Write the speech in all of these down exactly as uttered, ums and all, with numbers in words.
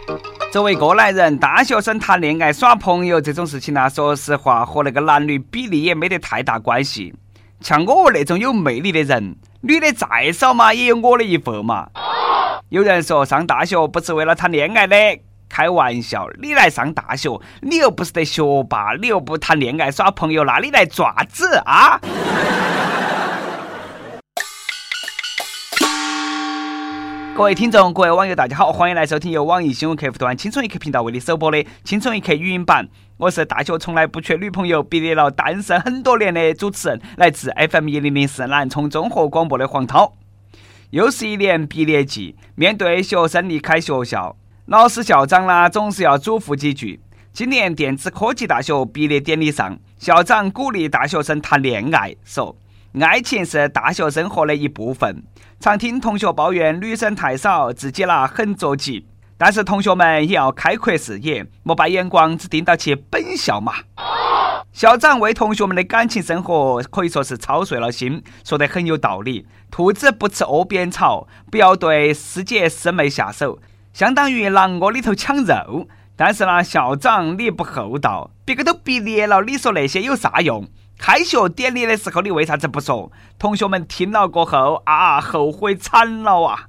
作为过来人，大学生谈恋爱耍朋友这种事情呢，说实话和那个男女比例也没得太大关系。像我那种有魅力的人，女的再少嘛也有我的一份嘛。有人说上大学不是为了谈恋爱的，开玩笑，你来上大学，你又不是得学霸，你又不谈恋爱耍朋友，那你来爪子啊？各位听众，各位网友，大家好，欢迎来收听由网易新闻客户端轻松一刻频道为你首播的轻松一刻语音版。我是大学从来不缺女朋友，毕业了单身很多年的主持人，来自 F M 一零零四南充综合广播的黄涛。又是一年毕业季，面对学生离开学校，老师校长啦总是要嘱咐几句。今年电子科技大学毕业典礼上，校长鼓励大学生谈恋爱，说爱情是大学生活的一部分。常听同学抱怨女生太少，自己啦很着急，但是同学们也要开阔视野，莫把眼光只盯到起本校嘛。校长为同学们的感情生活可以说是操碎了心，说得很有道理。兔子不吃窝边草，不要对师姐师妹下手，相当于狼窝里头抢肉。但是呢，校长你不厚道，别个都毕业了，你说那些有啥用？开学典礼的时候你为啥子不说？同学们听了过后啊，后悔惨了啊！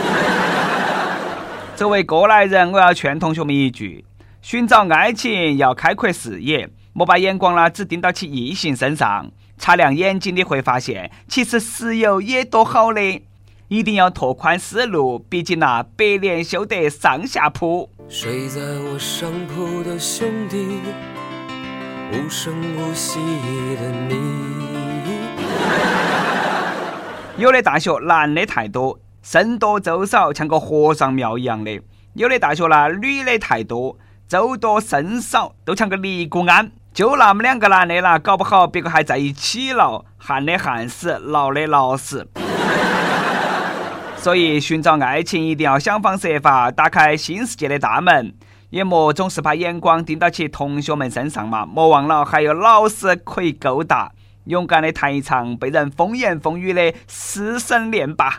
作为过来人，我要劝同学们一句：寻找爱情要开阔视野，莫把眼光啦只盯到起异性身上。擦亮眼睛，你会发现其实石油也多好的。一定要拓宽思路，毕竟那百年修得上下铺。 睡在我上铺的兄弟，无声无息的你。 有的大学男的太多，僧多粥少，像个和尚庙一样的；有的大学啦女的太多，粥多僧少，都像个尼姑庵。就那么两个男的啦，搞不好别个还在一起了，旱的旱死，闹的闹死。所以寻找爱情一定要想方设法打开新世界的大门，也莫总是把眼光盯到起同学们身上嘛，莫忘了还有老师可以勾搭，勇敢的谈一场被人风言风语的师生恋吧。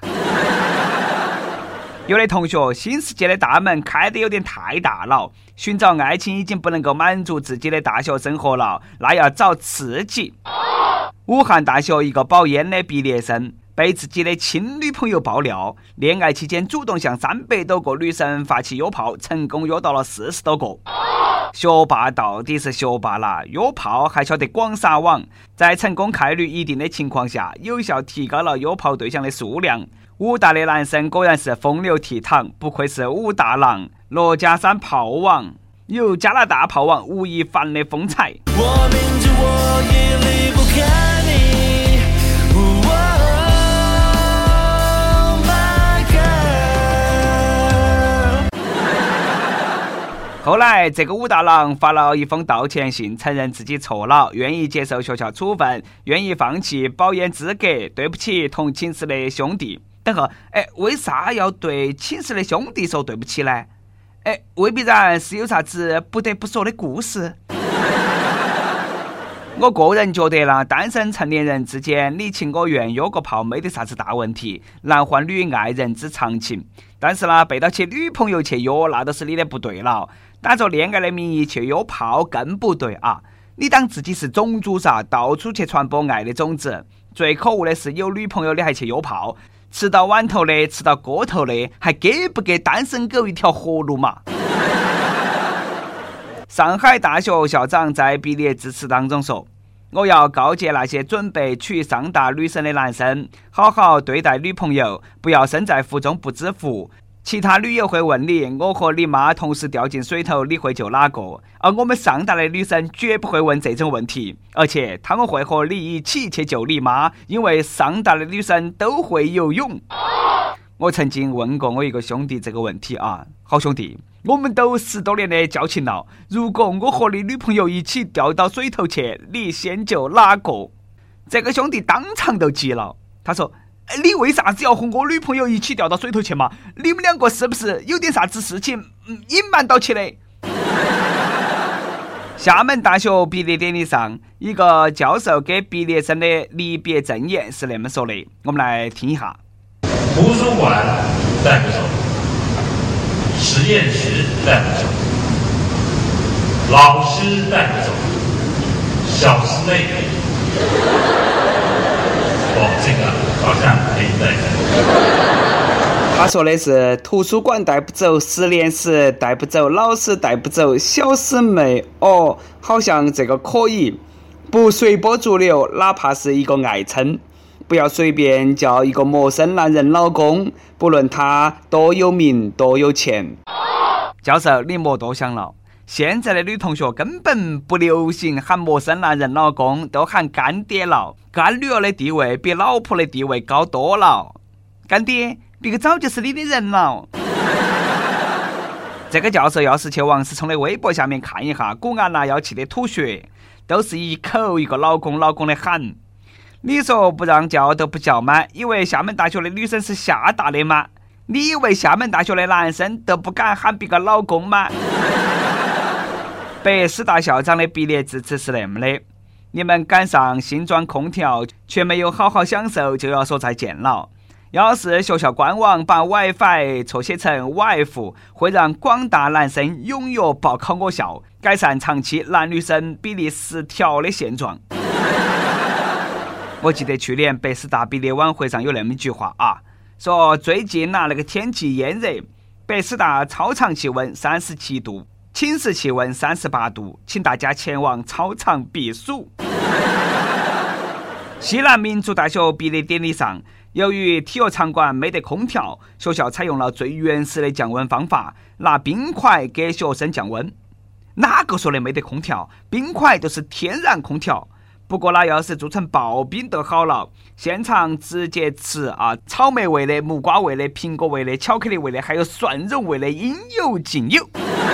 有的同学新世界的大门开得有点太大了，寻找爱情已经不能够满足自己的大学生活了，那要找刺激。武汉大学一个保研的毕业生被自己的亲女朋友爆料，恋爱期间主动向三百多个女生发起约炮，成功约到了四十多个。学霸到底是学霸啦，约炮还晓得广撒网，在成功概率一定的情况下，有效提高了约炮对象的数量。武大的男生果然是风流倜傥，不愧是武大郎，罗家山炮王，有加拿大炮王吴亦凡的风采。 我明知我已离不开你， 后来这个武大郎发了一封道歉信，承认自己错了，愿意接受学校处分，愿意放弃保研资格，对不起同寝室的兄弟。等会哎，为啥要对寝室的兄弟说对不起呢？哎，未必然是有啥子不得不说的故事。我个人觉得啦，单身成年人之间你情我愿约个炮没得啥子大问题，男欢女爱人之常情。但是啦，背到起女朋友去约，那都是你的不对了。打着恋爱的名义去约炮更不对啊！你当自己是种族啥，到处去传播爱的种子。最可恶的是有女朋友的还去约炮，吃到碗头的，吃到锅头的，还给不给单身狗一条活路嘛？上海大学校长在毕业致辞当中说，我要告诫那些准备娶上大女生的男生，好好对待女朋友，不要身在福中不知福。其他女友会问你，我和你妈同时掉进水头，你会救哪个？而我们上大的女生绝不会问这种问题，而且他们会和你一起去救你妈，因为上大的女生都会游泳。我曾经问过我一个兄弟这个问题啊，好兄弟，我们都十多年的交情了，如果我和你女朋友一起掉到水头去，你先救哪个？这个兄弟当场都急了，他说，你为啥子要和我女朋友一起掉到水头去嘛？你们两个是不是有点啥子事情隐瞒到起的？厦门大学毕业典礼上，一个教授给毕业生的离别赠言是那么说的，我们来听一下。 图书馆带不走， 实验室带不走，老师带不走，小师妹，哦，这个好像可以带走。 他说的是图书馆带不走，实验室带不走，老师带不走，小师妹。哦，好像这个可以，不随波逐流，哪怕是一个爱称，不要随便叫一个陌生男人老公，不论他多有名多有钱。教授，你莫多想了，现在的女同学根本不流行喊陌生男人老公，都喊干爹了。干女儿的地位比老婆的地位高多了。干爹，别个早就是你的人了。这个教授要是去王思聪的微博下面看一下，古安娜要气得吐血，都是一口一个老公老公的喊。你说不让叫都不叫吗？以为厦门大学的女生是厦大的吗？你以为厦门大学的男生都不敢喊别个老公吗？北师大校长的毕业致辞是那么的：你们赶上新装空调却没有好好享受，就要说再见了。要是学校官网把 WiFi 错写成 wife， 会让广大男生踊跃报考我校，改善长期男女生比例失调的现状。我记得去年北师大毕业晚会上有那么一句话啊，说最近呐、啊、那个天气炎热，北师大操场气温三十七度，寝室气温三十八度，请大家前往操场避暑。西南民族大学毕业典礼上，由于体育场馆没得空调，学校采用了最原始的降温方法，拿冰块给学生降温。哪个说的没得空调？冰块都是天然空调。不过呢，要是做成刨冰就好了，现场直接吃啊，草莓味的、木瓜味的、苹果味的、巧克力味的，还有蒜蓉味的，应有尽有。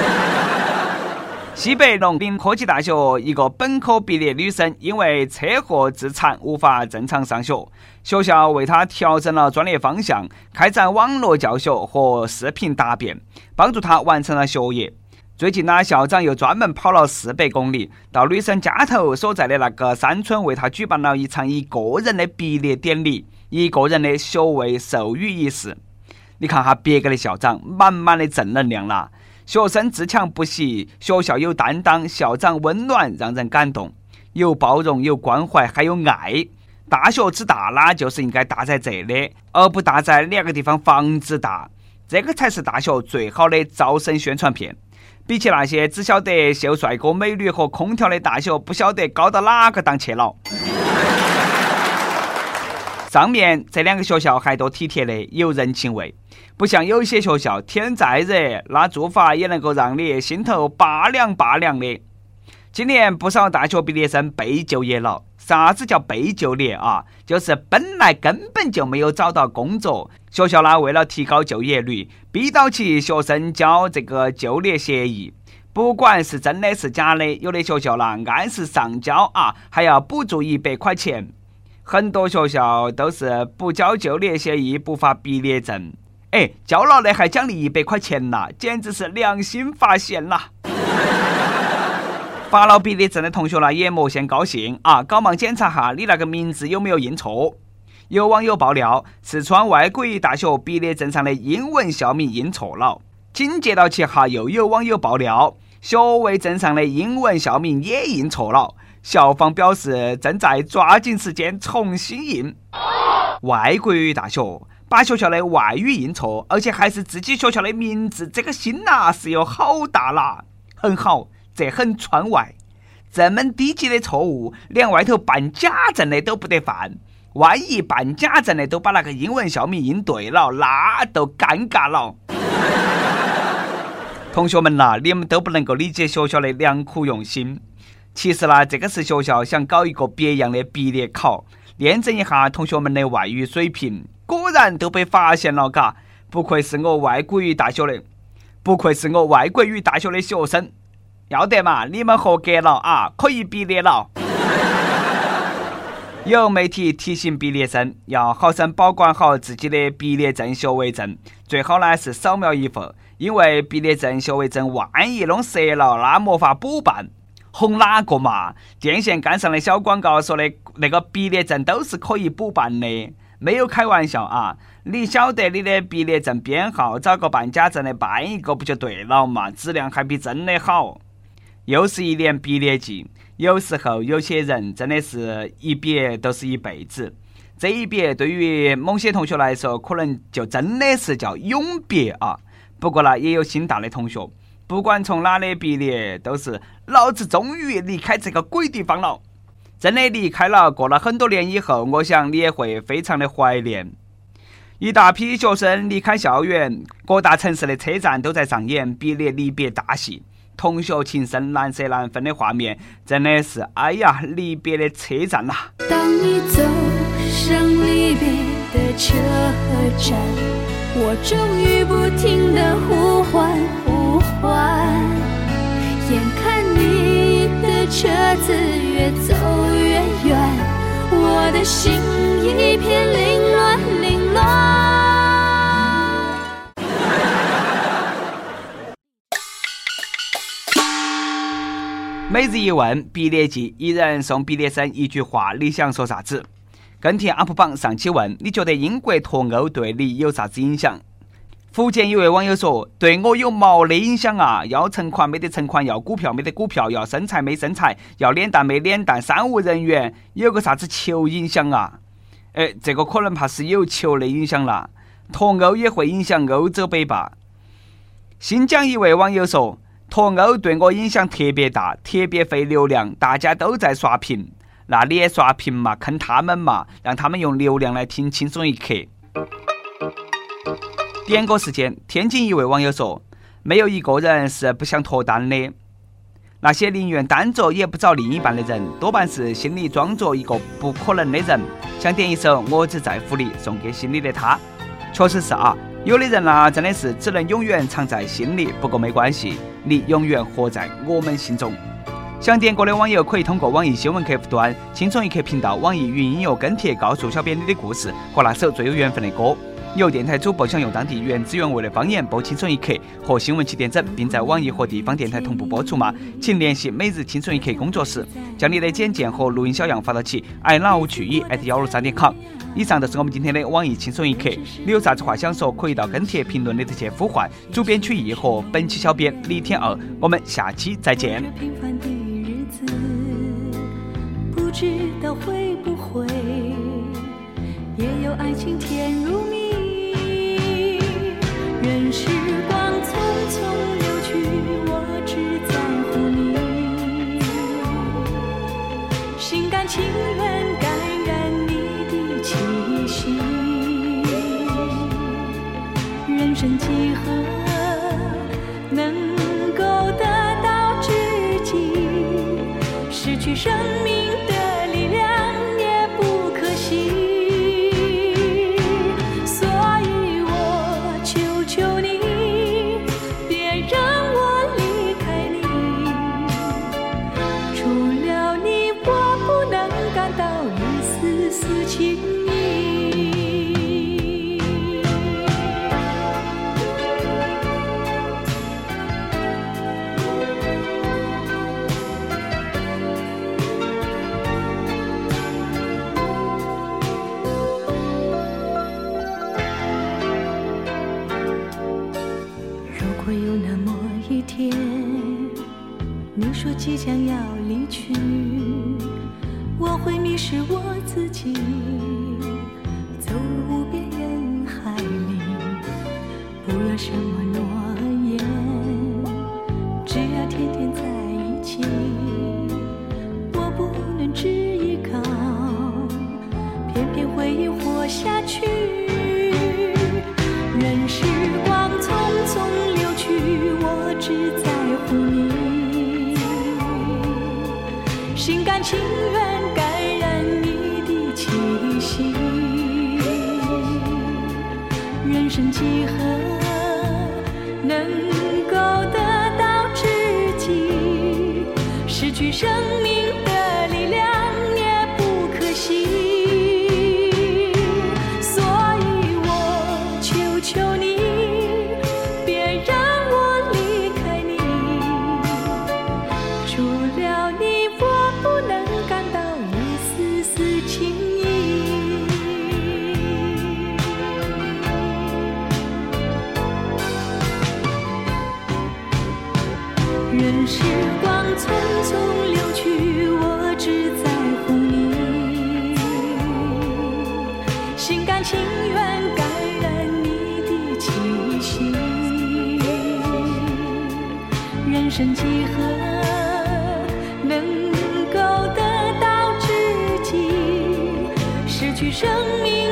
西北农林科技大学一个本科毕业女生因为车祸致残，无法正常上学，学校为她调整了专业方向，开展网络教学和视频答辩，帮助她完成了学业。最近呢，校长又专门跑了四百公里，到女生家头所在的那个山村，为她举办了一场一个人的毕业典礼，一个人的学位授予仪式。你看哈，别个的校长满满的正能量啦。学生自强不息，学校有担当，校长温暖，让人感动，有包容，有关怀，还有爱。大学之大啦，就是应该大在这里，而不大在两个地方房子大，这个才是大学最好的招生宣传片。比起那些只晓得秀帅哥美女和空调的大学，不晓得高到哪个档去了。上面这两个学校还多体贴的，有人情味，不像有些学校天再热，那做法也能够让你心头拔凉拔凉的。今年不少大学毕业生被就业了。啥子叫被就业啊？就是本来根本就没有找到工作，学校呢为了提高就业率，逼到起学生交这个就业协议，不管是真的是假的，有的学校呢按时上交啊，还要补助一百块钱。很多学校都是不交就业协议不发毕业证，哎，交了的还奖励一百块钱呐，简直是良心发现啦！发了毕业证的同学呢，也莫嫌高兴啊，赶忙检查下你那个名字有没有印错。有网友爆料，四川外国语大学毕业证上的英文校名印错了。紧接到起哈，又有网友爆料，学位证上的英文校名也印错了。校方表示正在抓紧时间重新印。外国语大学把学校的外语印错，而且还是自己学校的名字，这个心呐是有好大啦。很好，这很川外。这么低级的错误，连外头办假证的都不得犯。万一办假证的都把那个英文校名印对了，那都尴尬了。同学们呐，你们都不能够理解学校的良苦用心。其实呢，这个是学校想搞一个别样的毕业考，验证一下同学们的外语水平。果然都被发现了，嘎！不愧是我外国语大学的，不愧是我外国语大学的学生。要得嘛，你们合格了啊，可以毕业了。有媒体提醒毕业生要好生保管好自己的毕业证、学位证，最好呢是扫描一份，因为毕业证、学位证万一弄折了，那没法补办。红哪个嘛？电线杆上的小广告说的那个毕业证都是可以补办的，没有开玩笑啊！ 你晓得你的毕业证编号，找个办假证的办一个不就对了嘛？质量还比真的好。又是一年毕业季，有时候有些人真的是一别都是一辈子。这一别对于某些同学来说，可能就真的是叫永别啊。不过呢，也有心大的同学，不管从哪里毕业，都是老子终于离开这个鬼地方了。真的离开了，过了很多年以后，我想你也会非常的怀念。一大批学生离开校园，各大城市的车站都在上演毕业离别大戏。同学情深难舍难分的画面，真的是哎呀，离别的车站呐、啊！ 当你走上离别的车站，我终于不停地呼唤呼唤，眼看你的车子越走越远，我的心一片凌乱凌乱。 每日一问，毕业季，一人送毕业生一句话，你想说啥子？跟帖 U P 榜上期问，你觉得英国脱欧对你有啥子影响？福建一位网友说，对我有毛的影响啊！要存款没得存款，要股票没得股票，要生财没生财，要脸蛋没脸蛋，三无人员，有个啥子球影响啊？哎，这个可能怕是有球的影响啦。脱欧也会影响欧洲北吧？新疆一位网友说，脱欧对我影响特别大，特别费流量，大家都在刷屏，那你也刷屏嘛，坑他们嘛，让他们用流量来听轻松一刻。点歌时间，天津一位网友说，没有一个人是不想脱单的，那些宁愿单着也不找另一半的人，多半是心里装着一个不可能的人。想点一首《我只在乎你》送给心里的他。确实是啊，有的人啊，真的是只能永远藏在心里，不过没关系，你永远活在我们心中。想点歌的网友可以通过网易新闻客户端轻松一刻频道网易云音乐跟帖告诉小编你的故事和那首最有缘分的歌。有电台主播想用当地原汁原味的方言播轻松一刻和新闻七点整，并在网易和地方电台同步播出吗？请联系每日轻松一刻工作室，将你的简介和录音小样发到其 i love 曲艺 at 一六三点 com。以上就是我们今天的网易轻松一刻，你有啥子话想说，可以到跟帖评论里头去呼唤主编曲艺和本期小编李天二。我们下期再见。 平凡的日子，不知道会不会也有爱情甜如蜜。任时光匆匆流去，我只在乎你，心甘情愿感染你的气息。人生几何能够得到知己，失去生命的力量也不可惜。会有那么一天，你说即将要离去，我会迷失我自己，走入无边人海里，不要什么诺言，只要天天在一起。我不能只依靠，偏偏回忆活下去。任时光匆匆流去，我只在乎你，心甘情愿感染你的气息。人生几何能够得到知己，失去生命的力量也不可惜。求你别让我离开你，除了你我不能感到一丝丝情意。 任时光匆匆流去，我只在乎你，心甘情愿感染你的气息。人生几何能够得到知己，失去生命